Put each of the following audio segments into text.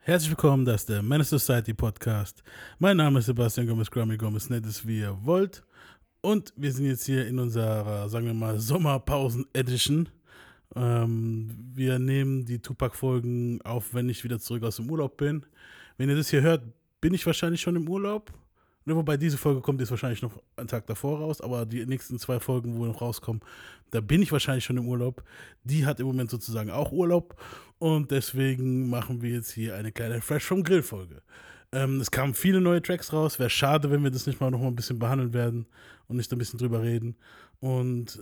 Herzlich willkommen, das ist der Menace Society Podcast. Mein Name ist Sebastian Gomez, Grammy Gomez, nennt es wie ihr wollt. Und wir sind jetzt hier in unserer, sagen wir mal, Sommerpausen-Edition. Wir nehmen die Tupac-Folgen auf, wenn ich wieder zurück aus dem Urlaub bin. Wenn ihr das hier hört, bin ich wahrscheinlich schon im Urlaub. Wobei diese Folge kommt jetzt wahrscheinlich noch einen Tag davor raus, aber die nächsten 2 Folgen, wo noch rauskommen, da bin ich wahrscheinlich schon im Urlaub. Die hat im Moment sozusagen auch Urlaub und deswegen machen wir jetzt hier eine kleine Fresh vom Grill Folge. Es kamen viele neue Tracks raus, wäre schade, wenn wir das nicht mal noch mal ein bisschen behandeln werden und nicht ein bisschen drüber reden. Und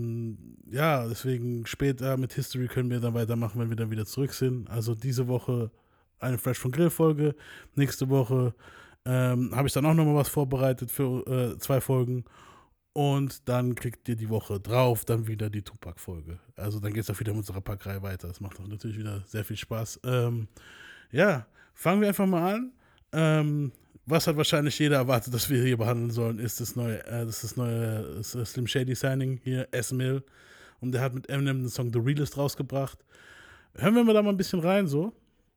deswegen später mit History können wir dann weitermachen, wenn wir dann wieder zurück sind. Also diese Woche eine Fresh vom Grill Folge, nächste Woche habe ich dann auch nochmal was vorbereitet für 2 Folgen und dann kriegt ihr die Woche drauf dann wieder die Tupac-Folge. Also dann geht es auch wieder mit unserer Packreihe weiter. Das macht auch natürlich wieder sehr viel Spaß. Fangen wir einfach mal an. Was hat wahrscheinlich jeder erwartet, dass wir hier behandeln sollen, ist das neue Slim Shady Signing hier, S-Mill. Und der hat mit Eminem den Song The Realist rausgebracht. Hören wir mal da mal ein bisschen rein, so.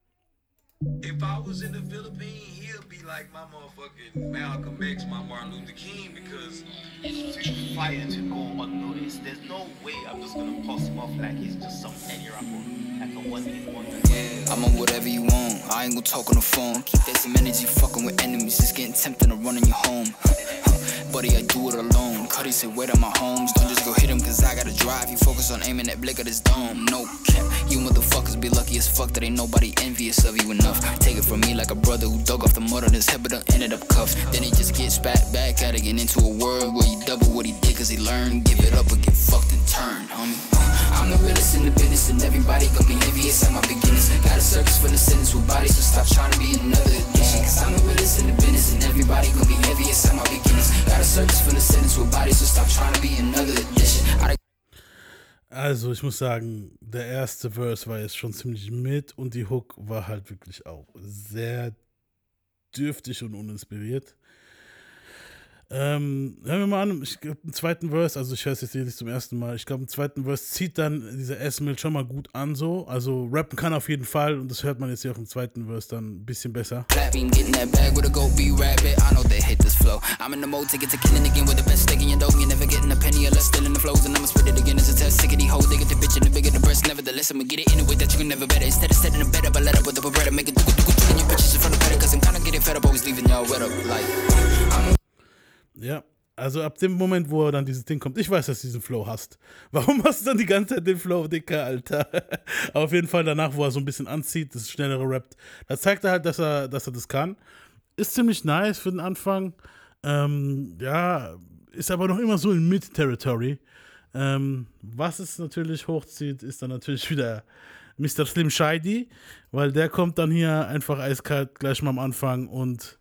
If I was in the Philippines, he'll be like my motherfucking Malcolm X, my Martin Luther King, because it's too fire to go unnoticed. There's no way I'm just gonna pass him off like he's just some any rapper, like a one-hit wonder. Yeah, I'm on whatever you want. I ain't gon' talk on the phone. Keep that some energy, fucking with enemies. It's getting tempting to run in your home. Buddy, I do it alone. Cuddy said, wait on my homes. Don't just go hit him, cause I gotta drive. You focus on aiming that blick at his dome. No cap, you motherfuckers be lucky as fuck that ain't nobody envious of you enough. Take it from me like a brother who dug off the mud on his head but done ended up cuffed. Then he just gets back at it, get into a world where you double what he did cause he learned. Give it up or get fucked and turn, homie. I'm the realest in the business and everybody gon' be envious at my beginnings. Got a circus for the sentence with bodies, so stop trying to be another addiction. Cause I'm the realest in the business and everybody gon' be envious at my beginnings. Got a circus for the sentence with bodies, so stop trying to be another addition. Also ich muss sagen, der erste Verse war jetzt schon ziemlich mit und die Hook war halt wirklich auch sehr dürftig und uninspiriert. Hören wir mal an, ich glaube im zweiten Verse, also ich höre es jetzt hier nicht zum ersten Mal, ich glaube im zweiten Verse zieht dann dieser S-Mill schon mal gut an so, also rappen kann auf jeden Fall und das hört man jetzt hier auch im zweiten Verse dann ein bisschen besser. I'm in the mode to get to killing again with the best steak in your dough. You're never getting a penny or less, still in the flows, and I'ma spit it again as a test. Sick of these hoes, they get the bitch and the bigger the breast. Nevertheless, I'ma get it in a way that you can never better. Instead of setting a bed up, I let up with the bread. Make it do in your bitches in front of better, cause I'm kinda getting fed up, always leaving y'all wet up, like. Ja, also ab dem Moment, wo dann dieses Ding kommt, ich weiß, dass du diesen Flow hast. Warum hast du dann die ganze Zeit den Flow, Dicker, Alter? Aber auf jeden Fall danach, wo er so ein bisschen anzieht, das schnellere rappt, da zeigt er halt, dass er das kann. Ist ziemlich nice für den Anfang. Ist aber noch immer so in Mid-Territory. Was es natürlich hochzieht, ist dann natürlich wieder Mr. Slim Shady, weil der kommt dann hier einfach eiskalt gleich mal am Anfang und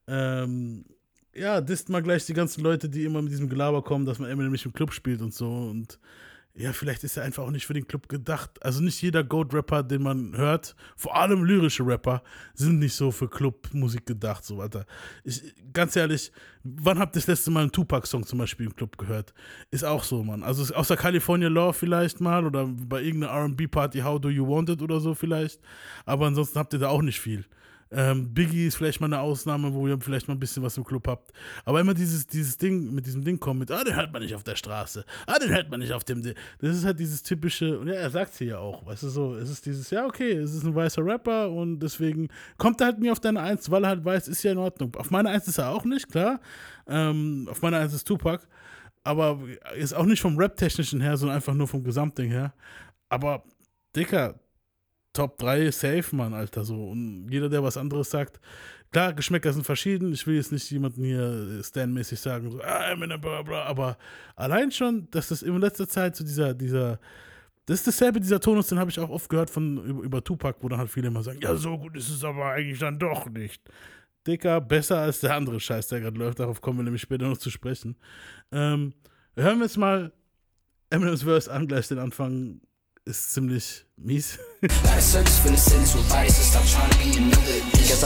disst mal gleich die ganzen Leute, die immer mit diesem Gelaber kommen, dass man Eminem nicht im Club spielt und so und ja, vielleicht ist er einfach auch nicht für den Club gedacht. Also nicht jeder Goat-Rapper, den man hört, vor allem lyrische Rapper, sind nicht so für Clubmusik gedacht, so, Alter. Ganz ehrlich, wann habt ihr das letzte Mal einen Tupac-Song zum Beispiel im Club gehört? Ist auch so, Mann. Also außer California Law vielleicht mal oder bei irgendeiner R&B-Party How Do You Want It oder so vielleicht. Aber ansonsten habt ihr da auch nicht viel. Biggie ist vielleicht mal eine Ausnahme, wo ihr vielleicht mal ein bisschen was im Club habt. Aber immer dieses Ding, mit diesem Ding kommen mit, den hört man nicht auf der Straße, den hört man nicht auf dem, das ist halt dieses typische, und ja, er sagt es hier ja auch, weißt du so, es ist dieses, ja okay, es ist ein weißer Rapper und deswegen kommt er halt nie auf deine Eins, weil er halt weiß, ist ja in Ordnung. Auf meine Eins ist er auch nicht, klar, auf meine Eins ist Tupac, aber ist auch nicht vom Rap-Technischen her, sondern einfach nur vom Gesamtding her, aber, Dicker, Top 3 safe, Mann, Alter, so. Und jeder, der was anderes sagt, klar, Geschmäcker sind verschieden. Ich will jetzt nicht jemanden hier Stan-mäßig sagen, so, Eminem, bla, bla, aber allein schon, dass das in letzter Zeit so dieser, das ist dasselbe, dieser Tonus, den habe ich auch oft gehört über Tupac, wo dann halt viele immer sagen, ja, so gut ist es aber eigentlich dann doch nicht. Dicker, besser als der andere Scheiß, der gerade läuft, darauf kommen wir nämlich später noch zu sprechen. Hören wir jetzt mal Eminem's Verse an, gleich den Anfang. Ist ziemlich mies. Guess I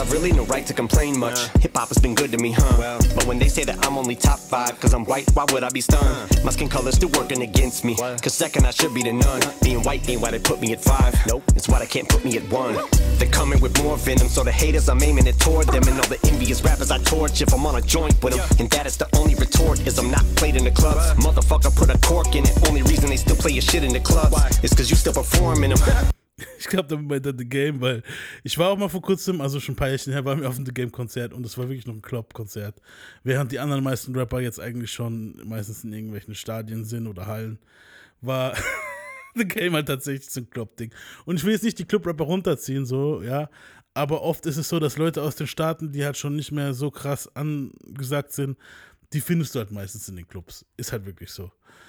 I've really no right to complain much. Hip-hop has been good to me, huh? But when they say that I'm only top 5 cause I'm white, why would I be stunned? My skin color's still working against me, cause second I should be the none. Being white ain't why they put me at 5. Nope, it's why they can't put me at 1. They're coming with more venom, so the haters I'm aiming it toward them. And all the envious rappers I torch if I'm on a joint with them. And that is the only retort, is I'm not played in the clubs. Motherfucker put a cork in it, only reason they still play your shit in the clubs is cause you still perform in them. Ich glaube, damit meint er The Game, weil ich war auch mal vor kurzem, also schon ein paar Jährchen her, waren wir auf dem The Game-Konzert und es war wirklich noch ein Klopp-Konzert. Während die anderen meisten Rapper jetzt eigentlich schon meistens in irgendwelchen Stadien sind oder Hallen, war The Game halt tatsächlich so ein Klopp-Ding. Und ich will jetzt nicht die Club-Rapper runterziehen, so, ja, aber oft ist es so, dass Leute aus den Staaten, die halt schon nicht mehr so krass angesagt sind, die findest du halt meistens in den Clubs. Ist halt wirklich so.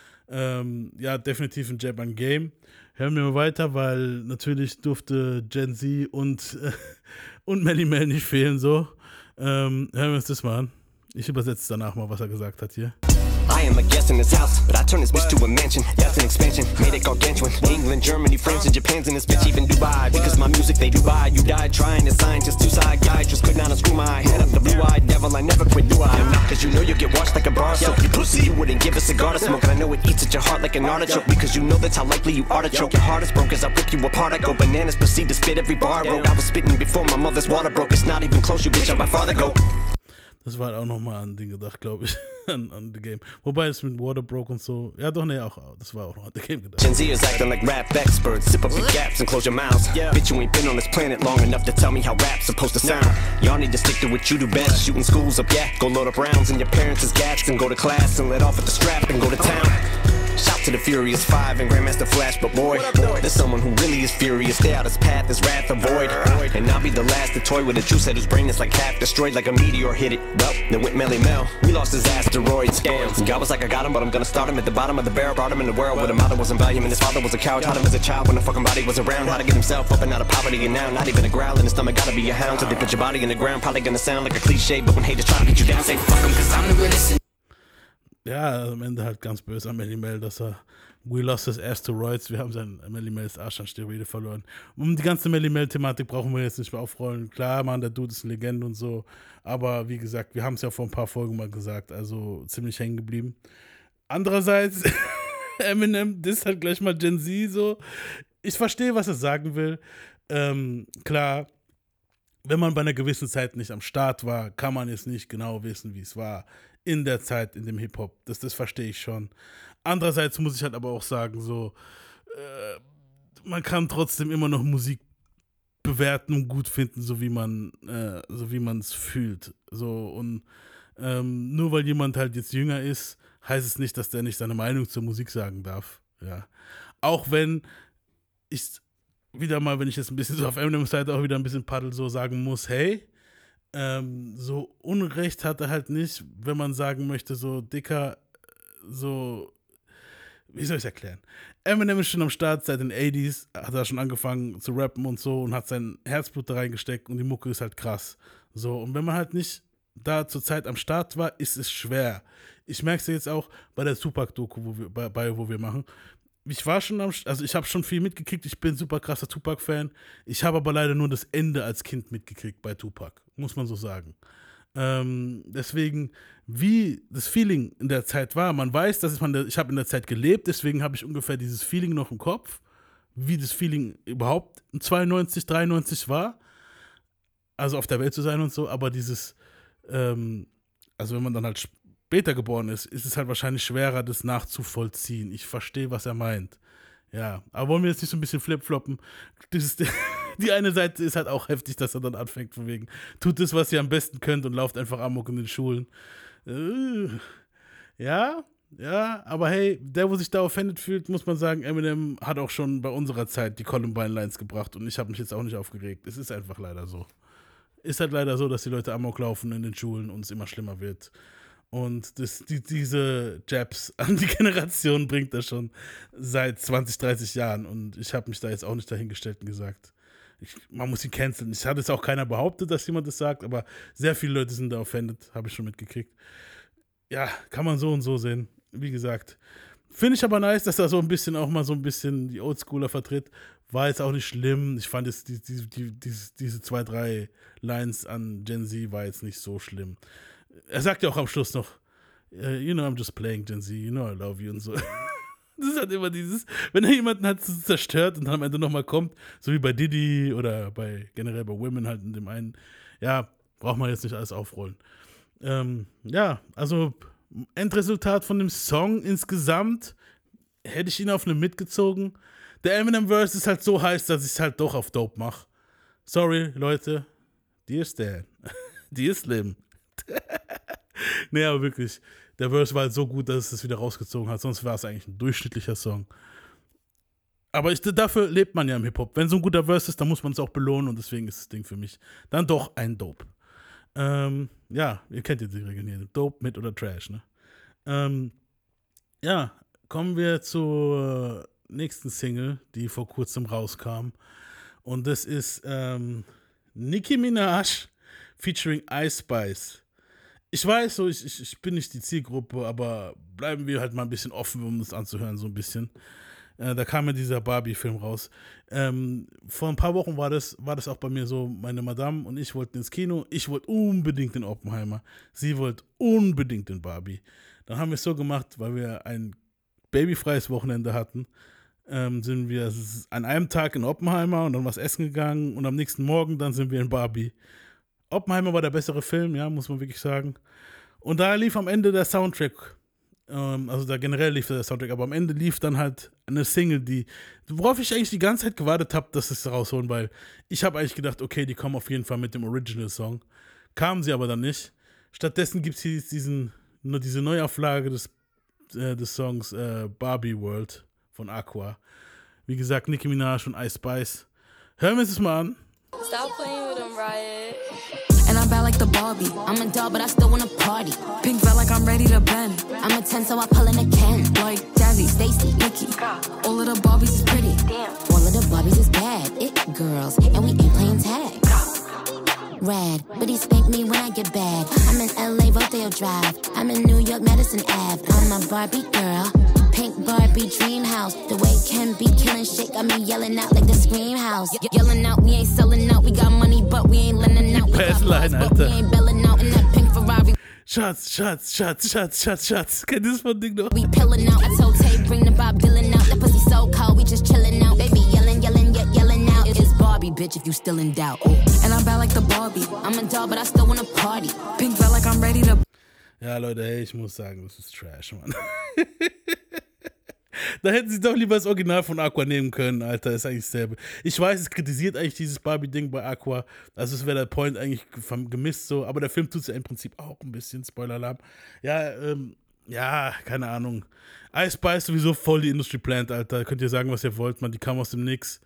Ja, definitiv ein Jab an Game. Hören wir mal weiter, weil natürlich durfte Gen Z und Melly Mel nicht fehlen, so. Hören wir uns das mal an. Ich übersetze danach mal, was er gesagt hat hier. I am a guest in this house, but I turn this bitch to a mansion. That's an expansion, made it gargantuan. England, Germany, France, and Japan's in this bitch, even Dubai. Because my music they do buy. You died trying to scientist, two psychiatrists could not unscrew my head up the blue-eyed devil. I never quit, do I? Cause you know you get washed like a bar soap. You pussy, you wouldn't give a cigar to smoke. And I know it eats at your heart like an artichoke. Because you know that's how likely you are to choke. Your heart is broke as I rip you apart. I go bananas, proceed to spit every bar broke. I was spitting before my mother's water broke. It's not even close, you bitch, I'm by far the goat. Das war halt auch nochmal an Ding gedacht, glaube ich, an The Game. Wobei es mit Waterbroke und so, ja doch, ne, auch, das war auch noch an The Game gedacht. Gen Z is acting like rap experts. Sip up your gaps and close your mouths. Bitch, you ain't been on this planet long enough to tell me how rap's supposed to sound. Y'all need to stick to what you do best. Shooting schools up, yeah, go load up rounds in your parents' gats and go to class and let off at the strap and go to town. Shout to the Furious 5 and Grandmaster Flash, but boy, there's someone who really is furious. Stay out his path, his wrath avoid. And I'll be the last to toy with a juice head whose brain is like half destroyed, like a meteor hit it. Well, then went Melly Mel, we lost his asteroids. God was like, I got him, but I'm gonna start him at the bottom of the barrel. Brought him in the world where the mother wasn't value and his father was a coward. Taught him as a child when the fucking body was around how to get himself up and out of poverty. And now, not even a growl in his stomach, gotta be a hound. So they put your body in the ground, probably gonna sound like a cliche. But when haters try to get you down, say fuck him, cause I'm the realest. Ja, am Ende halt ganz böse an Melly Mel, dass er We lost his asteroids, wir haben sein Melly Mels Arsch an Steroide verloren. Um die ganze Melly Mel-Thematik brauchen wir jetzt nicht mehr aufrollen. Klar, Mann, der Dude ist eine Legende und so, aber wie gesagt, wir haben es ja vor ein paar Folgen mal gesagt, also ziemlich hängen geblieben. Andererseits, Eminem disst halt gleich mal Gen Z so. Ich verstehe, was er sagen will. Klar, wenn man bei einer gewissen Zeit nicht am Start war, kann man jetzt nicht genau wissen, wie es war in der Zeit, in dem Hip-Hop. Das verstehe ich schon. Andererseits muss ich halt aber auch sagen, so, man kann trotzdem immer noch Musik bewerten und gut finden, so wie man es fühlt. So, und nur weil jemand halt jetzt jünger ist, heißt es nicht, dass der nicht seine Meinung zur Musik sagen darf. Ja. Auch wenn ich wieder mal, wenn ich jetzt ein bisschen so auf Eminems Seite auch wieder ein bisschen paddel, so sagen muss, hey, so Unrecht hat er halt nicht, wenn man sagen möchte, so Dicker, so, wie soll ich es erklären? Eminem ist schon am Start, seit den 80s hat er schon angefangen zu rappen und so und hat sein Herzblut da reingesteckt und die Mucke ist halt krass. So, und wenn man halt nicht da zur Zeit am Start war, ist es schwer. Ich merke es jetzt auch bei der Tupac-Doku, wo wir machen. Ich war schon also ich habe schon viel mitgekriegt, ich bin super krasser Tupac-Fan. Ich habe aber leider nur das Ende als Kind mitgekriegt bei Tupac, muss man so sagen. Deswegen, wie das Feeling in der Zeit war, man weiß, dass ich habe in der Zeit gelebt, deswegen habe ich ungefähr dieses Feeling noch im Kopf, wie das Feeling überhaupt in 92, 93 war, also auf der Welt zu sein und so, aber dieses, also wenn man dann halt später geboren ist es halt wahrscheinlich schwerer, das nachzuvollziehen. Ich verstehe, was er meint. Ja, aber wollen wir jetzt nicht so ein bisschen flip-floppen? Die eine Seite ist halt auch heftig, dass er dann anfängt von wegen, tut das, was ihr am besten könnt und lauft einfach amok in den Schulen. Ja, aber hey, der, wo sich da offended fühlt, muss man sagen, Eminem hat auch schon bei unserer Zeit die Columbine-Lines gebracht und ich habe mich jetzt auch nicht aufgeregt. Es ist einfach leider so. Ist halt leider so, dass die Leute amok laufen in den Schulen und es immer schlimmer wird. Und diese Jabs an die Generation bringt er schon seit 20, 30 Jahren. Und ich habe mich da jetzt auch nicht dahingestellt und gesagt, man muss ihn canceln. Es hat jetzt auch keiner behauptet, dass jemand das sagt, aber sehr viele Leute sind da offended, habe ich schon mitgekriegt. Ja, kann man so und so sehen. Wie gesagt, finde ich aber nice, dass er so ein bisschen auch mal so ein bisschen die Oldschooler vertritt, War jetzt auch nicht schlimm. Ich fand jetzt diese 2, 3 Lines an Gen Z war jetzt nicht so schlimm. Er sagt ja auch am Schluss noch, you know, I'm just playing Gen Z, you know, I love you und so. Das ist halt immer dieses, wenn er jemanden halt zerstört und dann am Ende nochmal kommt, so wie bei Diddy oder generell bei Women halt in dem einen, ja, braucht man jetzt nicht alles aufrollen. Ja, also Endresultat von dem Song insgesamt hätte ich ihn auf eine mitgezogen. Der Eminem-Verse ist halt so heiß, dass ich es halt doch auf Dope mache. Sorry, Leute. Dear Stan. Dear Slim. Nee, aber wirklich. Der Verse war halt so gut, dass es das wieder rausgezogen hat. Sonst war es eigentlich ein durchschnittlicher Song. Aber dafür lebt man ja im Hip-Hop. Wenn so ein guter Verse ist, dann muss man es auch belohnen. Und deswegen ist das Ding für mich dann doch ein Dope. Ja, ihr kennt ja die Regeln hier. Dope, mit oder Trash, ne? Ja, kommen wir zur nächsten Single, die vor kurzem rauskam. Und das ist Nicki Minaj featuring Ice Spice. Ich weiß, so ich bin nicht die Zielgruppe, aber bleiben wir halt mal ein bisschen offen, um das anzuhören, so ein bisschen. Da kam ja dieser Barbie-Film raus. Vor ein paar Wochen war das auch bei mir so, meine Madame und ich wollten ins Kino. Ich wollte unbedingt den Oppenheimer. Sie wollte unbedingt den Barbie. Dann haben wir es so gemacht, weil wir ein babyfreies Wochenende hatten, sind wir an einem Tag in Oppenheimer und dann was essen gegangen und am nächsten Morgen dann sind wir in Barbie. Oppenheimer war der bessere Film, ja, muss man wirklich sagen. Und da lief am Ende der Soundtrack, also da generell lief der Soundtrack, aber am Ende lief dann halt eine Single, worauf ich eigentlich die ganze Zeit gewartet habe, dass sie es rausholen, weil ich habe eigentlich gedacht, okay, die kommen auf jeden Fall mit dem Original-Song. Kamen sie aber dann nicht. Stattdessen gibt es hier diese Neuauflage des Songs Barbie World von Aqua. Wie gesagt, Nicki Minaj und Ice Spice. Hören wir uns das mal an. Stop playing with them, Riot. And I'm bad like the Barbie. I'm a doll, but I still wanna party. Pink felt like I'm ready to bend. I'm a 10, so I pull in a Ken. Like Jazzy, Stacy, Nikki. All of the Barbies is pretty. All of the Barbies is bad. It girls, and we ain't playing tag. Rad, but he spank me when I get bad. I'm in LA, Rodeo Drive. I'm in New York, Madison Ave. I'm a Barbie girl. Pink Barbie dream house. The way Ken be killing shit got me yelling out like the Scream House. Yelling out, we ain't selling out. We got money, but we ain't lending out. We got bars, but we ain't belling out in that pink Ferrari. Schatz. Kennt ihr das von Ding noch? We pillin' out. I told Tay, bring the Bob Dylan out. That pussy so cold, we just chillin' out. Baby yelling out. It's Barbie, bitch, if you still in doubt. And I'm bad like the Barbie. I'm a doll, but I still wanna party. Pink felt like I'm ready to. Ja, Leute, hey, ich muss sagen, das ist Trash, Mann. Da hätten sie doch lieber das Original von Aqua nehmen können, Alter, ist eigentlich dasselbe. Ich weiß, es kritisiert eigentlich dieses Barbie-Ding bei Aqua, also es wäre der Point eigentlich gemisst so, aber der Film tut es ja im Prinzip auch ein bisschen, Spoiler-Alarm. Ja, keine Ahnung. Ice Spice sowieso voll die Industry Plant, Alter, könnt ihr sagen, was ihr wollt, man, die kam aus dem Nix.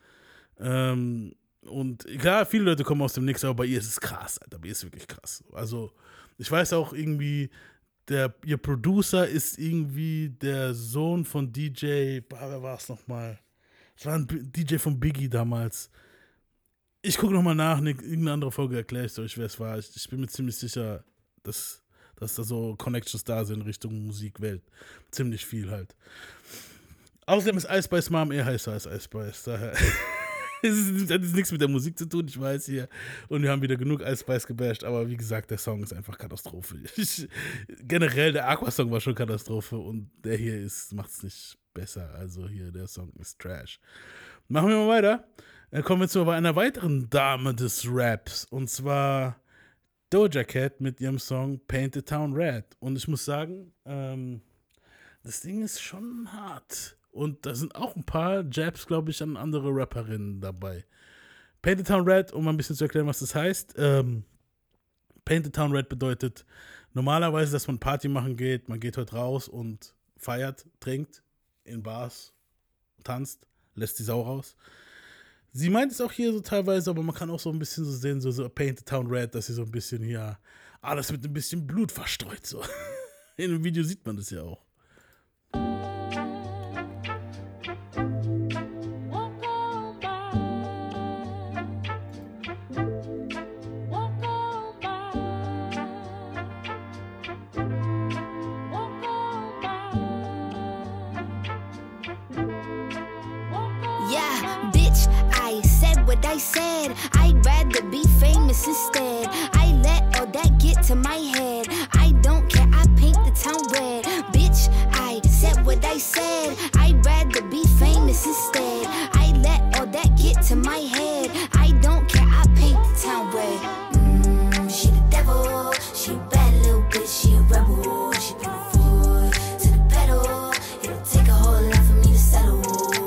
Und klar, viele Leute kommen aus dem Nix, aber bei ihr ist es krass, Alter, bei ihr ist es wirklich krass. Also, ich weiß auch irgendwie, ihr Producer ist irgendwie der Sohn von DJ, wer war es nochmal? Das war ein DJ von Biggie damals. Ich gucke nochmal nach, irgendeine andere Folge erkläre ich euch, wer es war. Ich bin mir ziemlich sicher, dass da so Connections da sind Richtung Musikwelt. Ziemlich viel halt. Außerdem ist Ice Spice Mom eher heißer als Ice Spice, daher... Es hat jetzt nichts mit der Musik zu tun, ich weiß hier. Und wir haben wieder genug Ice Spice gebasht, aber wie gesagt, der Song ist einfach Katastrophe. Generell, der Aqua-Song war schon Katastrophe und der hier macht es nicht besser. Also hier, der Song ist Trash. Machen wir mal weiter. Dann kommen wir zu einer weiteren Dame des Raps und zwar Doja Cat mit ihrem Song Paint the Town Red. Und ich muss sagen, das Ding ist schon hart. Und da sind auch ein paar Jabs, glaube ich, an andere Rapperinnen dabei. Paint the Town Red, um mal ein bisschen zu erklären, was das heißt. Paint the Town Red bedeutet normalerweise, dass man Party machen geht. Man geht heute raus und feiert, trinkt in Bars, tanzt, lässt die Sau raus. Sie meint es auch hier so teilweise, aber man kann auch so ein bisschen so sehen, so Paint the Town Red, dass sie so ein bisschen hier alles mit ein bisschen Blut verstreut. So. In dem Video sieht man das ja auch. I said. I'd rather be famous instead. I let all that get to my head. I don't care, I paint the town red. Bitch, I said what I said. I'd rather be famous instead. I let all that get to my head. I don't care, I paint the town red. She the devil, she a bad little bitch, she a rebel. She put her foot to the pedal. It'll take a whole lot for me to settle.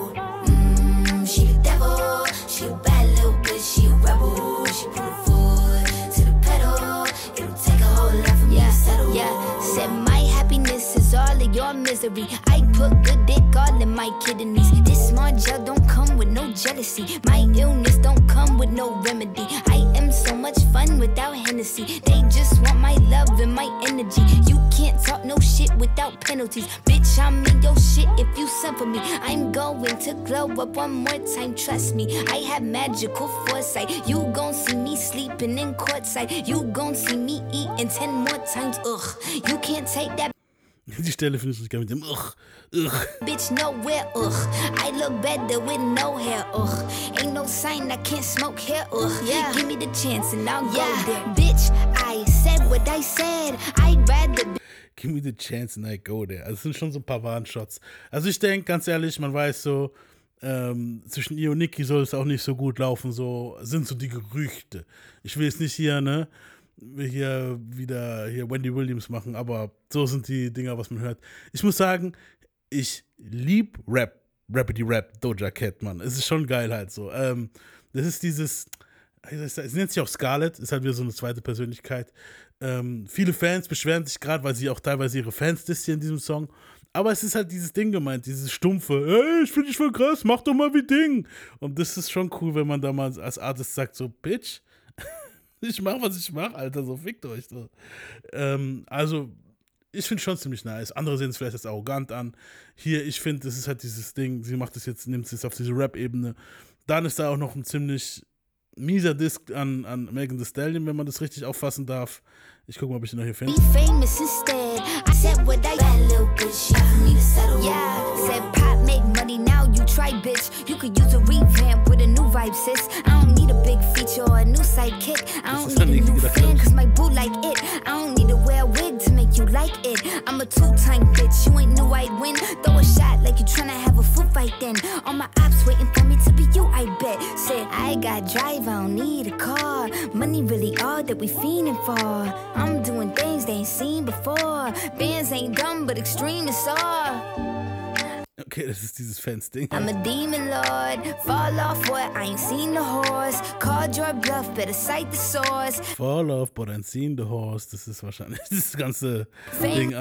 She the devil, she a bad little bitch, she a rebel. She put her foot to the pedal. It'll take a whole lot for me to settle. Yeah, said my happiness is all of your misery. I put good dick all in my kidneys. This small gel don't come with no jealousy. My illness don't come with no remedy. I am so much fun without Hennessy. They just want my love and my energy. You can't talk no shit without penalties. Bitch, I'm in your shit if you send for me. I'm going to glow up one more time, trust me. I have magical foresight. You gon' see me sleeping in courtside. You gon' see me eating 10 more times. Ugh, you can't take that. Die Stelle finde ich richtig geil mit dem Ugh. Bitch nowhere, ugh. I look better with no hair, ugh. Ain't no sign I can't smoke here, ugh. Yeah. Give me the chance and I'll go there. Bitch, I said what I said. I'd rather be. Give me the chance and I go there. Also es sind schon so ein paar Warnshots. Also ich denke, ganz ehrlich, man weiß so, zwischen ihr und Nicki soll es auch nicht so gut laufen, so sind so die Gerüchte. Ich will jetzt nicht hier, ne, hier wieder hier Wendy Williams machen, aber so sind die Dinger, was man hört. Ich muss sagen, ich lieb Rap, Rappity Rap, Doja Cat, Mann. Es ist schon geil halt so. Das ist dieses, es nennt sich auch Scarlett, ist halt wieder so eine zweite Persönlichkeit. Viele Fans beschweren sich gerade, weil sie auch teilweise ihre Fans disst hier in diesem Song. Aber es ist halt dieses Ding gemeint, dieses stumpfe, ey, ich finde dich voll krass, mach doch mal wie Ding. Und das ist schon cool, wenn man da mal als Artist sagt, so, Bitch, ich mach, was ich mach, Alter, so fickt euch. So. Also, ich finde schon ziemlich nice. Andere sehen es vielleicht als arrogant an. Hier, ich finde, das ist halt dieses Ding, sie macht das jetzt, nimmt es jetzt auf diese Rap-Ebene. Dann ist da auch noch ein ziemlich mieser Disk an Megan Thee Stallion, wenn man das richtig auffassen darf. Ich gucke mal, ob ich den noch hier finde. Be famous instead. I said what I got, little bitch. You need to settle. Yeah, said pop make money now. You try, bitch. You could use a revamp with a new vibe, sis. I don't need a big feature or a new sidekick. I don't need a new fan, cause my boo like it. I don't need to wear a wig to make you like it. I'm a two-time bitch. You ain't knew I'd win. Throw a shot like you tryna have a foot fight then. All my ops waiting for me to be you, I bet. Said I got drive, I don't need a car. Money really all that we fiending for. I'm doing things they ain't seen before. Bands ain't dumb, but extreme is all. Okay, das ist dieses Fans-Ding. I'm a demon lord. Fall off what? I ain't seen the horse. Called your bluff, better cite the source. Fall off, but I ain't seen the horse. Das ist wahrscheinlich das ganze Ding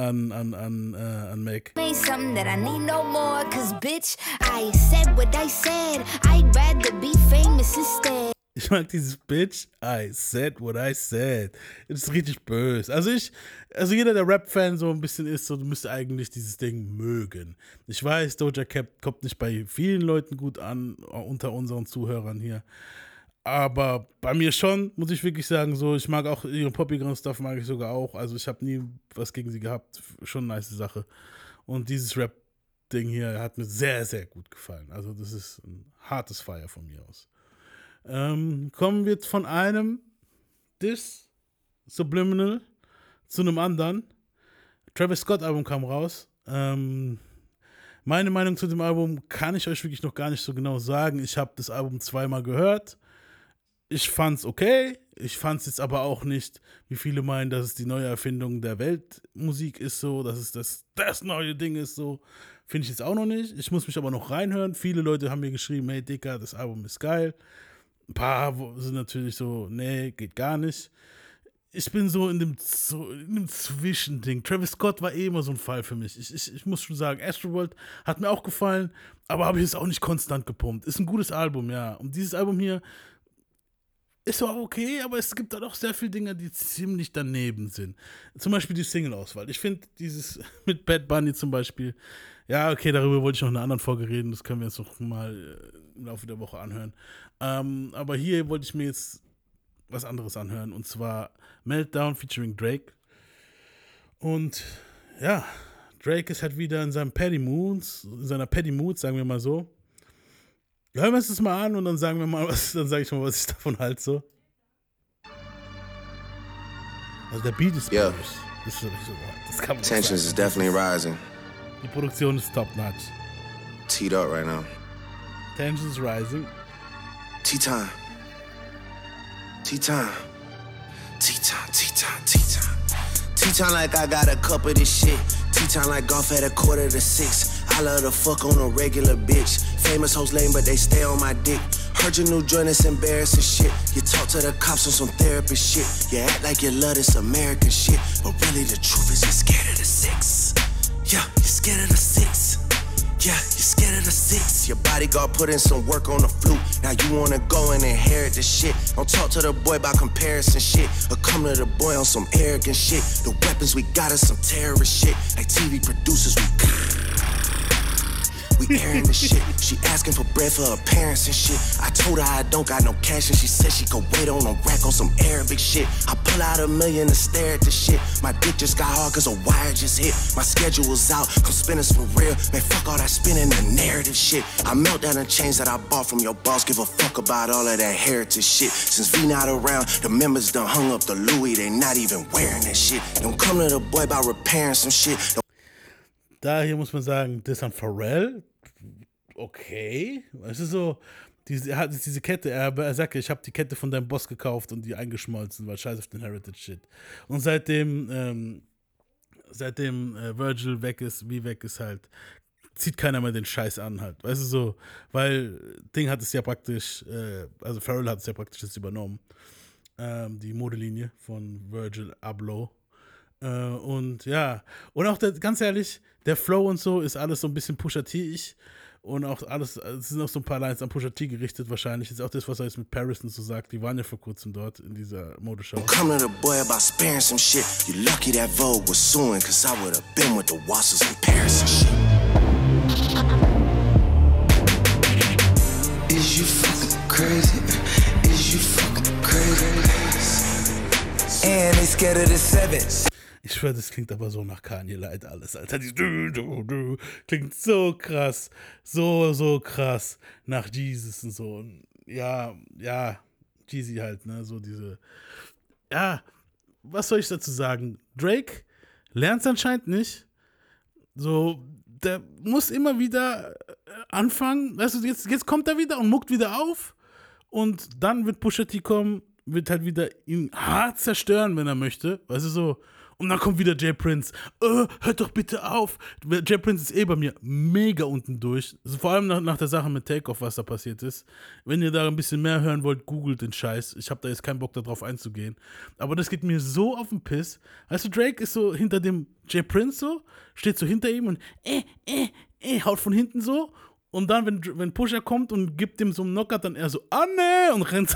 an Meg. Ain't something that I need no more. Cause bitch, I said what I said. I'd rather be famous instead. Ich mag dieses Bitch, I said what I said. Das ist richtig böse. Also jeder, der Rap-Fan so ein bisschen ist, so müsste eigentlich dieses Ding mögen. Ich weiß, Doja Cat kommt nicht bei vielen Leuten gut an, unter unseren Zuhörern hier. Aber bei mir schon, muss ich wirklich sagen, so, ich mag auch ihre poppigeren Stuff, mag ich sogar auch. Also ich habe nie was gegen sie gehabt. Schon eine nice Sache. Und dieses Rap-Ding hier hat mir sehr, sehr gut gefallen. Also das ist ein hartes Feier von mir aus. Kommen wir von einem Diss Subliminal zu einem anderen. Travis Scott Album kam raus. Meine Meinung zu dem Album kann ich euch wirklich noch gar nicht so genau sagen. Ich habe das Album zweimal gehört. Ich fand's okay. Ich fand's jetzt aber auch nicht, wie viele meinen, dass es die neue Erfindung der Weltmusik ist, so, dass es das neue Ding ist, so. Finde ich jetzt auch noch nicht. Ich muss mich aber noch reinhören. Viele Leute haben mir geschrieben, hey Dicker, das Album ist geil. Ein paar sind natürlich so, nee, geht gar nicht. Ich bin so in dem Zwischending. Travis Scott war immer so ein Fall für mich. Ich muss schon sagen, Astroworld hat mir auch gefallen, aber habe ich es auch nicht konstant gepumpt. Ist ein gutes Album, ja. Und dieses Album hier ist auch okay, aber es gibt dann auch sehr viele Dinge, die ziemlich daneben sind. Zum Beispiel die Single-Auswahl. Ich finde dieses mit Bad Bunny zum Beispiel, ja, okay, darüber wollte ich noch in einer anderen Folge reden, das können wir jetzt noch mal im Laufe der Woche anhören. Aber hier wollte ich mir jetzt was anderes anhören, und zwar Meltdown featuring Drake. Und ja, Drake ist halt wieder in seiner Paddy Mood, sagen wir mal so. Hören wir uns das mal an und dann sagen wir mal, dann sage ich mal, was ich davon halte, so. Also der Beat ist Yeah. Das ist wirklich so, das kann man Tensions is sagen. definitely rising. Die Produktion ist top-notch. Teed up right now. Tensions rising. Tea time. Tea time. Tea time, tea time, tea time. Tea time like I got a cup of this shit. Tea time like golf at 5:45. I love to fuck on a regular bitch. Famous hoes lame, but they stay on my dick. Heard your new joint is embarrassing shit. You talk to the cops on some therapist shit. You act like you love this American shit. But really the truth is you're scared of the 6. Yeah, you're scared of the 6. Yeah, you're scared of the 6. Your bodyguard put in some work on the flute. Now you wanna go and inherit the shit. Don't talk to the boy about comparison shit. Or come to the boy on some arrogant shit. The weapons we got is some terrorist shit. Like TV producers, we airing the shit. She asking for bread for her parents and shit. I told her I don't got no cash and she said she could wait on a rack on some Arabic shit. I pull out $1 million to stare at the shit. My dick just got hard cause a wire just hit. My schedule's out, come spin us for real. Man, fuck all that spinning the narrative shit. I melt down the chains that I bought from your boss. Give a fuck about all of that heritage shit. Since V not around, the members done hung up the Louis. They not even wearing that shit. Don't come to the boy about repairing some shit. Da hier muss man sagen, das an Pharrell, okay. Es ist so, er hat diese Kette, er sagt, ich habe die Kette von deinem Boss gekauft und die eingeschmolzen, weil scheiß auf den Heritage-Shit. Und seitdem Virgil weg ist, wie weg ist halt, zieht keiner mehr den Scheiß an halt. Weißt du so, weil Ding hat es ja praktisch, also Pharrell hat es ja praktisch jetzt übernommen, die Modelinie von Virgil Abloh. Und ja, und auch ganz ehrlich, der Flow und so ist alles so ein bisschen Pusha T-ig und auch alles, es sind auch so ein paar Lines an Pusha T gerichtet wahrscheinlich. Ist auch das, was er jetzt mit Paris und so sagt, die waren ja vor kurzem dort in dieser Modeschau. Come to the boy about sparing some shit. You lucky that Vogue was suing, cause I would've been with the Wassers in Paris and shit. Is you fucking crazy? Is you fucking crazy? And they scared of the 7. Ich schwör, das klingt aber so nach Kanye Light alles, Alter. Klingt so krass. So krass nach Jesus und so. Und ja, Jeezy halt, ne, so diese. Ja, was soll ich dazu sagen? Drake lernt es anscheinend nicht. So, der muss immer wieder anfangen. Weißt du, jetzt kommt er wieder und muckt wieder auf. Und dann wird Pusha T kommen, wird halt wieder ihn hart zerstören, wenn er möchte. Weißt du, so. Und dann kommt wieder Jay Prince. Hört doch bitte auf. Jay Prince ist bei mir mega unten durch. Also vor allem nach der Sache mit Takeoff, was da passiert ist. Wenn ihr da ein bisschen mehr hören wollt, googelt den Scheiß. Ich habe da jetzt keinen Bock darauf einzugehen. Aber das geht mir so auf den Piss. Weißt du, Drake ist so hinter dem Jay Prince so, steht so hinter ihm und haut von hinten so. Und dann, wenn Pusha kommt und gibt ihm so einen Knocker, dann er so, ne, und rennt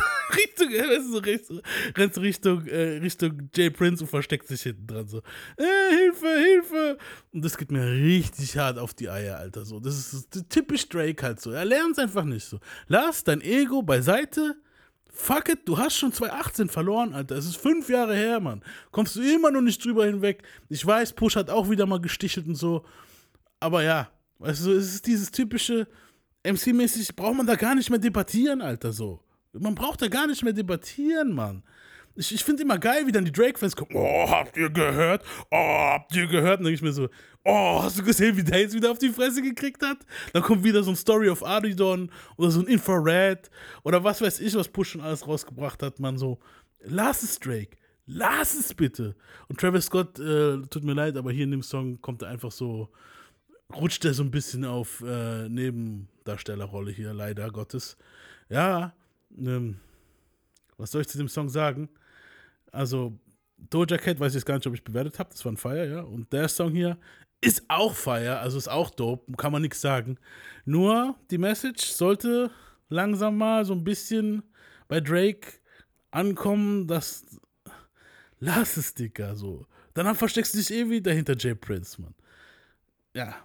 Richtung Jay Prince und versteckt sich hinten dran so, Hilfe. Und das geht mir richtig hart auf die Eier, Alter, so. Das ist typisch Drake halt so. Er lernt es einfach nicht so. Lass dein Ego beiseite. Fuck it, du hast schon 2018 verloren, Alter. Es ist 5 Jahre her, Mann. Kommst du immer noch nicht drüber hinweg. Ich weiß, Push hat auch wieder mal gestichelt und so. Aber ja, weißt du, es ist dieses typische MC-mäßig, braucht man da gar nicht mehr debattieren, Alter, so. Man braucht da gar nicht mehr debattieren, Mann. Ich finde immer geil, wie dann die Drake-Fans gucken, habt ihr gehört? Und dann denke ich mir so, hast du gesehen, wie der jetzt wieder auf die Fresse gekriegt hat? Dann kommt wieder so ein Story of Adidon oder so ein Infrared oder was weiß ich, was Push schon alles rausgebracht hat, man, so. Lass es, Drake. Lass es bitte. Und Travis Scott, tut mir leid, aber hier in dem Song kommt er einfach so, rutscht er so ein bisschen auf Nebendarstellerrolle hier, leider Gottes. Ja, was soll ich zu dem Song sagen? Also, Doja Cat weiß ich jetzt gar nicht, ob ich bewertet habe, das war ein Fire, ja. Und der Song hier ist auch Fire, also ist auch dope, kann man nichts sagen. Nur, die Message sollte langsam mal so ein bisschen bei Drake ankommen, dass lass es, Dicker, so. Danach versteckst du dich wieder hinter Jay Prince, Mann. Ja.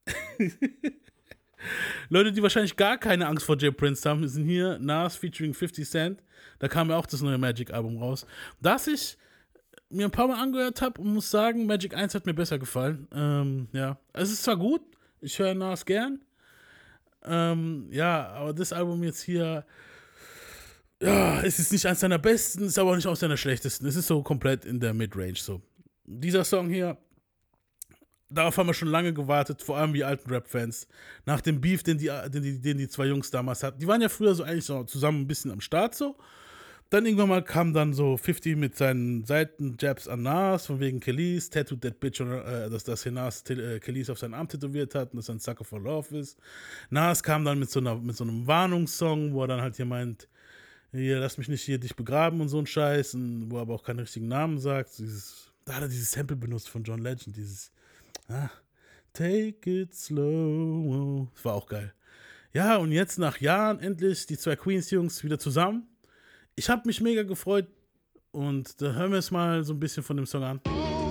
Leute, die wahrscheinlich gar keine Angst vor Jay Prince haben, sind hier Nas featuring 50 Cent. Da kam ja auch das neue Magic-Album raus. Das ich mir ein paar Mal angehört habe und muss sagen, Magic 1 hat mir besser gefallen. Ja, es ist zwar gut, ich höre Nas gern, Ja, aber das Album jetzt hier, ja, es ist nicht eines seiner besten, ist aber auch nicht aus seiner schlechtesten. Es ist so komplett in der Midrange so. Dieser Song hier, darauf haben wir schon lange gewartet, vor allem die alten Rap-Fans. Nach dem Beef, den die zwei Jungs damals hatten. Die waren ja früher so eigentlich so zusammen ein bisschen am Start so. Dann irgendwann mal kam dann so 50 mit seinen Seitenjabs an Nas, von wegen Kelis, Tattooed That Bitch, dass hier Nas Kelis auf seinen Arm tätowiert hat und dass er ein Sucker for Love ist. Nas kam dann mit so einem Warnungssong, wo er dann halt hier meint, hier, lass mich nicht hier dich begraben und so ein Scheiß, und wo er aber auch keinen richtigen Namen sagt. Da hat er dieses Sample benutzt von John Legend, dieses Take it slow. Das war auch geil. Ja, und jetzt nach Jahren endlich die zwei Queens-Jungs wieder zusammen. Ich habe mich mega gefreut und da hören wir es mal so ein bisschen von dem Song an.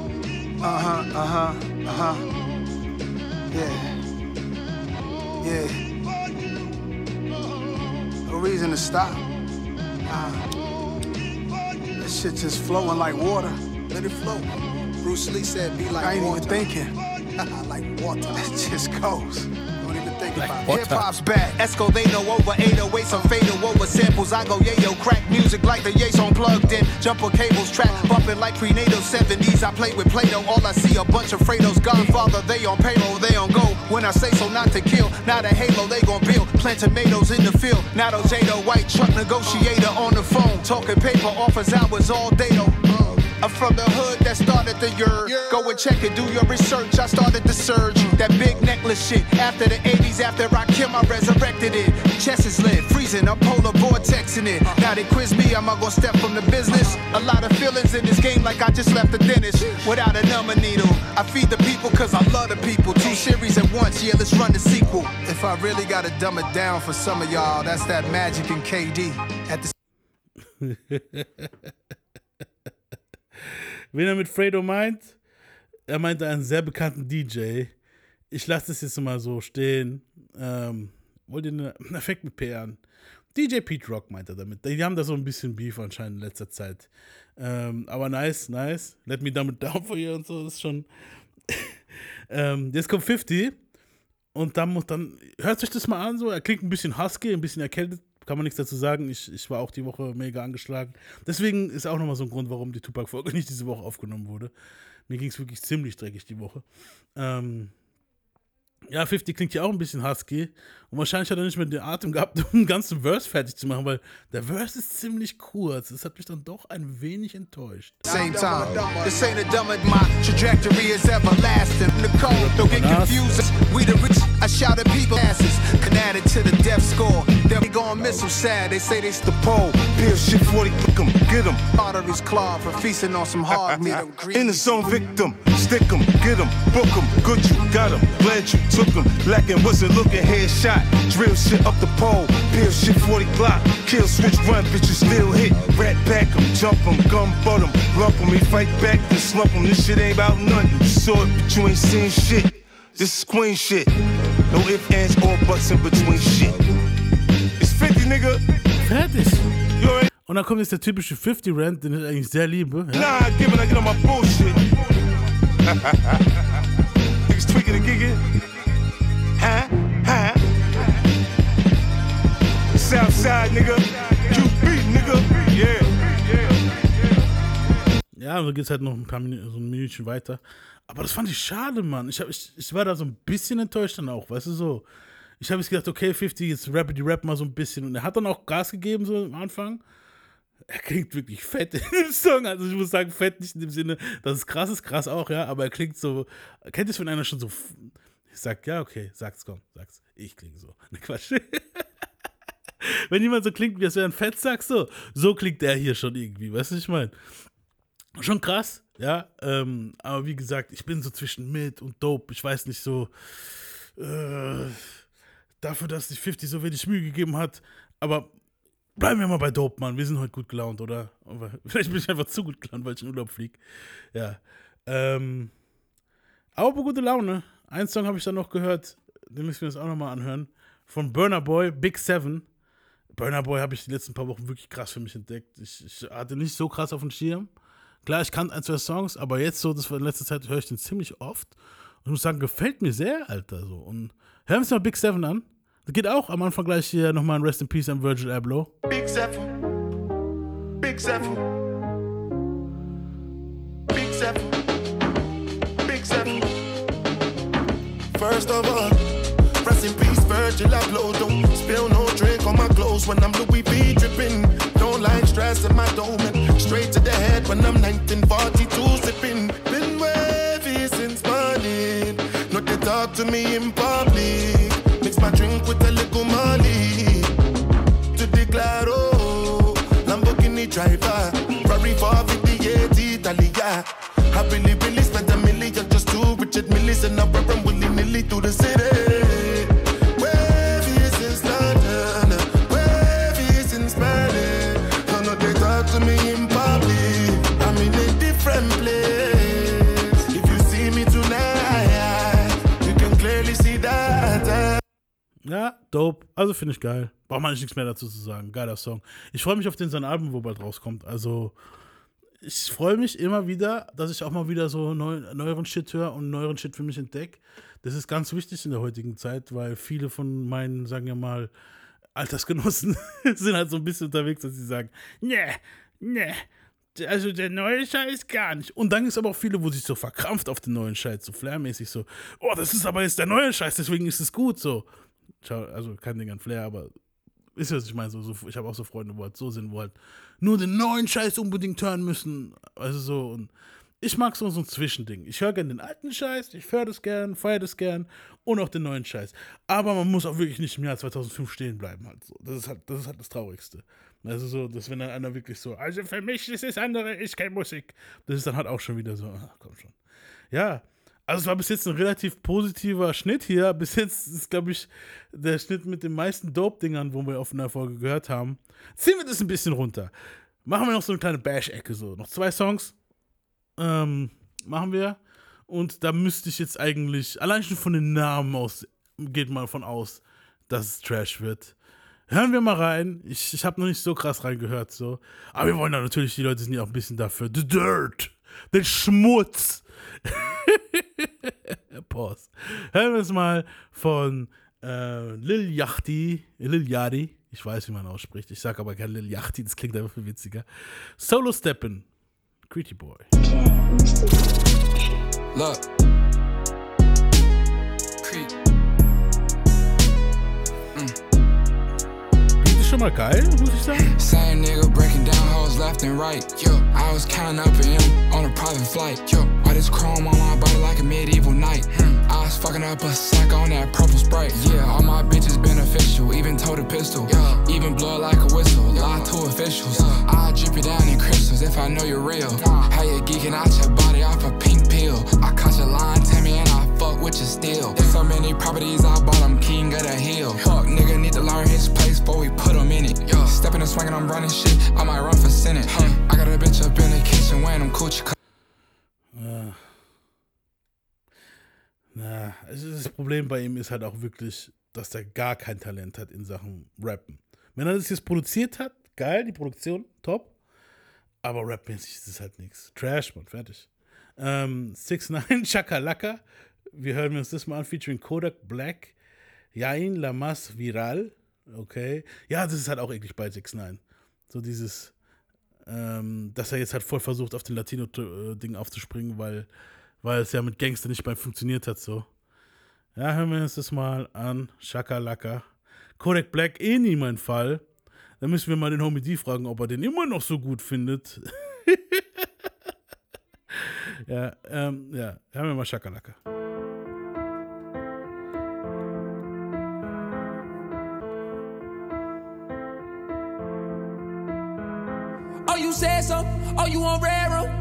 Yeah. No reason to stop. That shit just flowing like water. Let it flow. Bruce Lee said be like I ain't water. even thinking. Like water. It just goes. Don't even think about it. Hip hop's back. Esco, they know over 808, some fatal over samples. I go yayo, crack music like the Yates on plugged in. Jumper cables, trap bumping like prenatal 70s. I play with Play-Doh, all I see a bunch of Fredos. Godfather, they on payroll, they on go. When I say so, not to kill, not a halo, they gon' build. Plant tomatoes in the field, not a Jado, white truck negotiator on the phone. Talking paper, offers hours all day though. I'm from the hood that started the year. Go and check it, do your research. I started the surge. That big necklace shit. After the 80s, after I killed, I resurrected it. Chest is lit, freezing, I'm polar vortexing it. Now they quiz me, am I gonna step from the business? A lot of feelings in this game like I just left the dentist. Without a number needle. I feed the people cause I love the people. 2 series at once, yeah, let's run the sequel. If I really gotta dumb it down for some of y'all, that's that Magic and KD. At the Wen er mit Fredo meint, er meinte einen sehr bekannten DJ. Ich lasse das jetzt mal so stehen. Wollt ihr einen Effekt mit P an? DJ Pete Rock meint er damit. Die haben da so ein bisschen Beef anscheinend in letzter Zeit. Aber nice. Let me dumb it down for you und so, das ist schon. Jetzt kommt 50 und dann hört sich das mal an, so. Er klingt ein bisschen husky, ein bisschen erkältet. Kann man nichts dazu sagen. Ich war auch die Woche mega angeschlagen. Deswegen ist auch nochmal so ein Grund, warum die Tupac-Folge nicht diese Woche aufgenommen wurde. Mir ging es wirklich ziemlich dreckig die Woche. Ja, 50 klingt ja auch ein bisschen husky. Und wahrscheinlich hat er nicht mehr den Atem gehabt, um den ganzen Verse fertig zu machen, weil der Verse ist ziemlich kurz. Das hat mich dann doch ein wenig enttäuscht. same time. This ain't a dumb it, my trajectory is everlasting. The code, don't get confused. We the rich, I shout at people asses. Can add it to the death score. Then we gon' miss them sad. They say they's the pole. Peel shit 40, click 'em, get 'em. Arteries clawed for feasting on some hard meat. In the zone, victim. Stick 'em, get 'em, book 'em. Good, you got 'em. Glad you took 'em. Lacking wasn't looking, headshot. Drill shit up the pole. Peel shit 40 Glock. Kill switch, run, bitches still hit. Rat back 'em, jump 'em, gun butt 'em. Lump 'em, he fight back, then slump 'em. This shit ain't about nothing. You saw it, but you ain't seen shit. This is queen shit. No ifs, ands, or buts in between shit. It's 50, nigga. Fertig. Und dann kommt jetzt der typische 50-Rant, den ich eigentlich sehr liebe. Ja? Nah, give it, I get on my bullshit. Niggas tweaking and gigging. Southside, nigga. QB, nigga. Yeah. Ja, so geht's halt noch so ein Minütchen weiter. Aber das fand ich schade, Mann. Ich war da so ein bisschen enttäuscht dann auch, weißt du, so. Ich habe jetzt gedacht, okay, 50, jetzt rappe die Rap mal so ein bisschen. Und er hat dann auch Gas gegeben, so am Anfang. Er klingt wirklich fett in dem Song. Also ich muss sagen, fett nicht in dem Sinne, dass es krass ist, krass auch, ja. Aber er klingt so, kennt ihr es, wenn einer schon so, ich sag, ja, okay, sag's. Ich klinge so. Ne, Quatsch. Wenn jemand so klingt, wie als wäre ein Fettsack, so klingt der hier schon irgendwie, weißt du, was ich meine? Schon krass, ja, aber wie gesagt, ich bin so zwischen Mid und Dope, ich weiß nicht so, dafür, dass sich 50 so wenig Mühe gegeben hat, aber bleiben wir mal bei Dope, Mann, wir sind heute gut gelaunt, oder? Aber vielleicht bin ich einfach zu gut gelaunt, weil ich in Urlaub fliege, ja, aber gute Laune, einen Song habe ich dann noch gehört, den müssen wir uns auch nochmal anhören, von Burna Boy, Big 7. Burna Boy habe ich die letzten paar Wochen wirklich krass für mich entdeckt. Ich hatte nicht so krass auf dem Schirm. Klar, ich kannte 1, 2 Songs, aber jetzt so, das war in letzter Zeit, höre ich den ziemlich oft. Und ich muss sagen, gefällt mir sehr, Alter. So. Und hören wir uns mal Big 7 an. Geht auch am Anfang gleich hier nochmal ein Rest in Peace an Virgil Abloh. Big Zephyr. Big Zephyr. Big Zephyr. Big Zephyr. First of all, rest in peace, Virgil Abloh. Don't spill no drink on my clothes when I'm Louis V dripping. Don't like stress in my dome and straight to the head when I'm 1942 sipping. Been wavy since morning. Not to talk to me in public. Mix my drink with a little Molly. To declare, oh, Lamborghini driver. Ferrari 458 Italia. Happily Billy spent $1 million just to Richard Millis and now run willy-nilly through the city. Wavy since London, wavy since Berlin. Don't know they talk to me in public. I'm in a different place. If you see me tonight, you can clearly see that. Ja, dope. Also finde ich geil. Braucht man nichts mehr dazu zu sagen. Geiler Song. Ich freue mich auf sein Album, wo bald rauskommt. Also ich freue mich immer wieder, dass ich auch mal wieder so neueren Shit höre und neueren Shit für mich entdecke. Das ist ganz wichtig in der heutigen Zeit, weil viele von meinen, sagen wir mal, Altersgenossen sind halt so ein bisschen unterwegs, dass sie sagen, nee, also der neue Scheiß gar nicht. Und dann gibt es aber auch viele, wo sich so verkrampft auf den neuen Scheiß, so flairmäßig so, oh, das ist aber jetzt der neue Scheiß, deswegen ist es gut, so. Also kein Ding an Flair, aber ist ja, was ich meine, so, ich habe auch so Freunde, wo halt so sind, wo halt nur den neuen Scheiß unbedingt hören müssen, also so, und ich mag so ein Zwischending. Ich höre gerne den alten Scheiß, ich höre das gern, feiere das gern und auch den neuen Scheiß. Aber man muss auch wirklich nicht im Jahr 2005 stehen bleiben halt so. Das ist halt das Traurigste. Also so, dass wenn dann einer wirklich so, also für mich ist das andere, ist keine Musik. Das ist dann halt auch schon wieder so, ach, komm schon. Ja, also es war bis jetzt ein relativ positiver Schnitt hier. Bis jetzt ist, glaube ich, der Schnitt mit den meisten Dope-Dingern, wo wir auf einer Folge gehört haben. Ziehen wir das ein bisschen runter. Machen wir noch so eine kleine Bash-Ecke so. Noch 2 Songs. Machen wir. Und da müsste ich jetzt eigentlich, allein schon von den Namen aus, geht mal von aus, dass es Trash wird. Hören wir mal rein. Ich habe noch nicht so krass reingehört, so. Aber wir wollen da natürlich, die Leute sind ja auch ein bisschen dafür. The Dirt. Den Schmutz. Pause. Hören wir es mal von Lil Yachty. Ich weiß, wie man ausspricht. Ich sage aber gerne Lil Yachty, das klingt einfach viel witziger. Solo Steppin'. Creepy Boy. Look. Creep. Beat ist schon mal geil, muss ich sagen. Same nigga breaking down hoes left and right. Yo, I was counting up in him on a private flight. Yo, all this chrome on my body like a medieval knight. I was fucking up a sack on that purple Sprite. Yeah, all my bitches beneficial, even told a pistol. Yeah, even blood like a whistle, lie to officials. I drip it down in crystals if I know you're real. How you geeking out your body off a pink pill? I caught your line, Tammy, and I fuck with you still. So many properties I bought, I'm king of the hill. Fuck nigga need to learn his place before we put him in it. Yo, stepping and swinging, I'm running shit. I might run for Senate. I got a bitch up in the kitchen wearing them coochie. Also das Problem bei ihm ist halt auch wirklich, dass er gar kein Talent hat in Sachen Rappen. Wenn er das jetzt produziert hat, geil, die Produktion, top. Aber rapmäßig ist es halt nichts. Trash, man, fertig. 6ix9ine, Chakalaka. Wir hören uns das mal an, featuring Kodak Black. Yain Lamas Viral. Okay. Ja, das ist halt auch eklig bei 6ix9ine. So dieses, dass er jetzt halt voll versucht, auf den Latino-Ding aufzuspringen, weil es ja mit Gangster nicht mehr funktioniert hat, so. Ja, hören wir uns das mal an. Chakalaka. Kodak Black nie mein Fall. Da müssen wir mal den Homie D fragen, ob er den immer noch so gut findet. Ja, hören wir mal Chakalaka. Oh, you said so? Oh, you on railroad?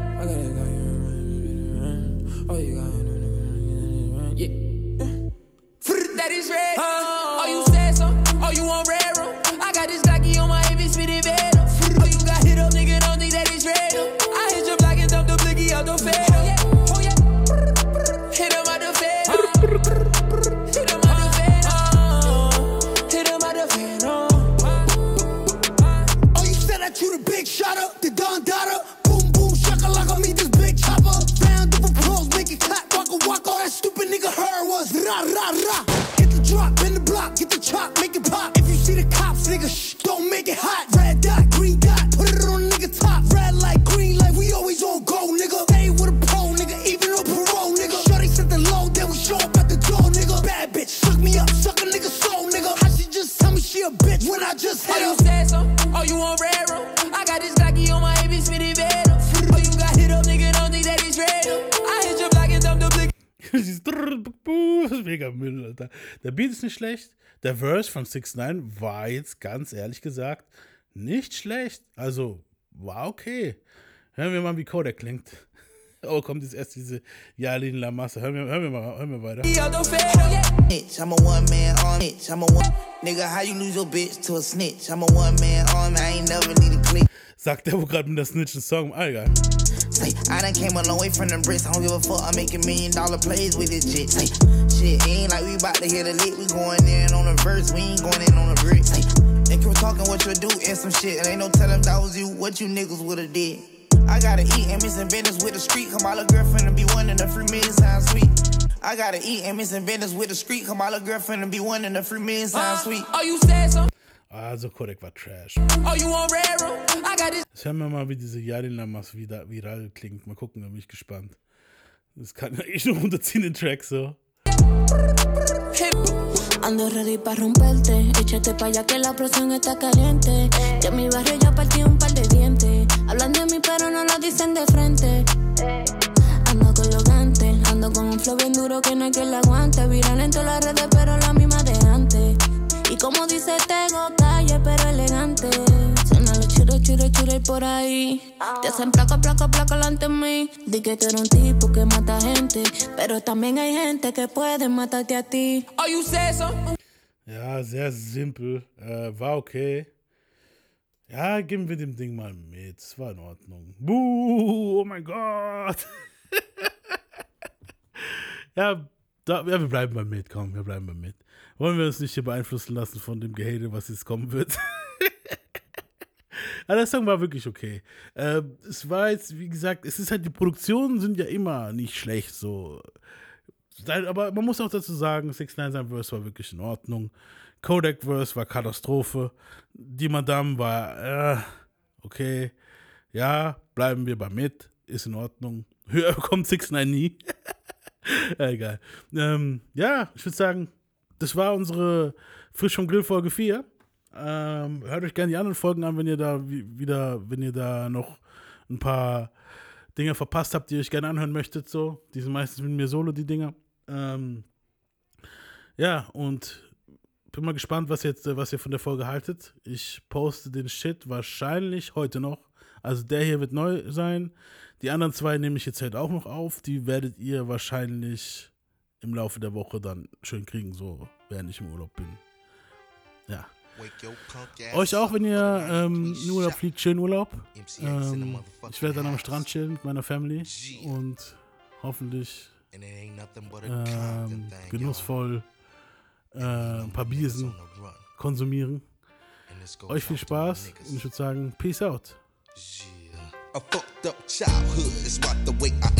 Oh, you got yeah. That is red. Oh, you said so? Oh, you on railroad? I got this Glocky on my hip, it's fitted bed. Oh, you got hit up, nigga, don't think that is real. I hit your block and dump the blicky out the fed. Oh, yeah. Hit him out the fed. Hit him out the fed. Hit him out the fed. Oh, you said that you the big shotter, the Don Dada. Boom, boom, shakalaka, meet this big chopper. Found different pros, make it clap. Mega Müll, Alter. Der Beat ist nicht schlecht. Der Verse von 6ix9ine war jetzt ganz ehrlich gesagt nicht schlecht. Also, war okay. Hören wir mal, wie Kodak klingt. Oh, kommt jetzt erst diese Yalin La Masse. Hören wir weiter. I'm a one-man army. I'm a one nigga, how you lose your bitch to a snitch? I'm a one-man army. I ain't never need a click. Sagt der, wo gerade mit der Snitch einen Song. Egal. Say, I done came a long way from them bricks. I don't give a fuck. I'm making $1 million plays with this shit. Say, shit, ain't like we about to hit a lick. We going in on the verse. We ain't going in on the brick. Say, they keep talking what you do and some shit. And ain't no telling that was you, what you niggas would've did. I gotta eat and miss business with the street. Come my little girlfriend and be one in the free million sound sweet. I gotta eat and miss business with the street. Come my little girlfriend and be one in the free million sound sweet. Oh, you said so? Also Kodak war Trash. Oh, you on Raro? I got this. Jetzt hören wir mal, wie diese Yalin La Masse wieder viral klingt. Mal gucken, da bin ich gespannt. Das kann ich nur runterziehen, den Track so. Ando ready pa' romperte, échate pa' allá que la presión está caliente. Que en mi barrio ya partí un par de dientes. Hablan de mí pero no lo dicen de frente. Ando con los gantes, ando con un flow bien duro que no hay que le aguante. Viral en todas las redes pero la misma de antes. Y como dice Tego, calle pero elegante. Suena los churros por ahí. Te hacen placa delante de mí. Di que tú eres un tipo que mata gente, pero también hay gente que puede matarte a ti. Oh, you said so? Ja, sehr simpel. War okay. Ja, geben wir dem Ding mal mit. Es war in Ordnung. Buh, oh mein Gott. Ja, wir bleiben beim mit. Komm, wir bleiben beim mit. Wollen wir uns nicht hier beeinflussen lassen von dem Gehate, was jetzt kommen wird. Aber der Song war wirklich okay. Es war jetzt, wie gesagt, es ist halt, die Produktionen sind ja immer nicht schlecht, so. Aber man muss auch dazu sagen, 6ix9ine sein Verse war wirklich in Ordnung. Kodak Verse war Katastrophe. Die Madame war, okay. Ja, bleiben wir bei mit. Ist in Ordnung. Höher kommt 6ix9ine nie. Egal. Ja, ich würde sagen, das war unsere Frisch vom Grill Folge 4. Hört euch gerne die anderen Folgen an, wenn ihr da noch ein paar Dinge verpasst habt, die ihr euch gerne anhören möchtet. So. Die sind meistens mit mir solo, die Dinger. Ja, und bin mal gespannt, was ihr von der Folge haltet. Ich poste den Shit wahrscheinlich heute noch. Also der hier wird neu sein. Die anderen 2 nehme ich jetzt halt auch noch auf. Die werdet ihr wahrscheinlich im Laufe der Woche dann schön kriegen, so während ich im Urlaub bin. Ja. Euch auch, wenn ihr in Urlaub fliegt, schönen Urlaub. Ich werde dann am Strand chillen mit meiner Family und hoffentlich genussvoll ein paar Biersen konsumieren. Euch viel Spaß und ich würde sagen, peace out. A fucked up childhood is what the way I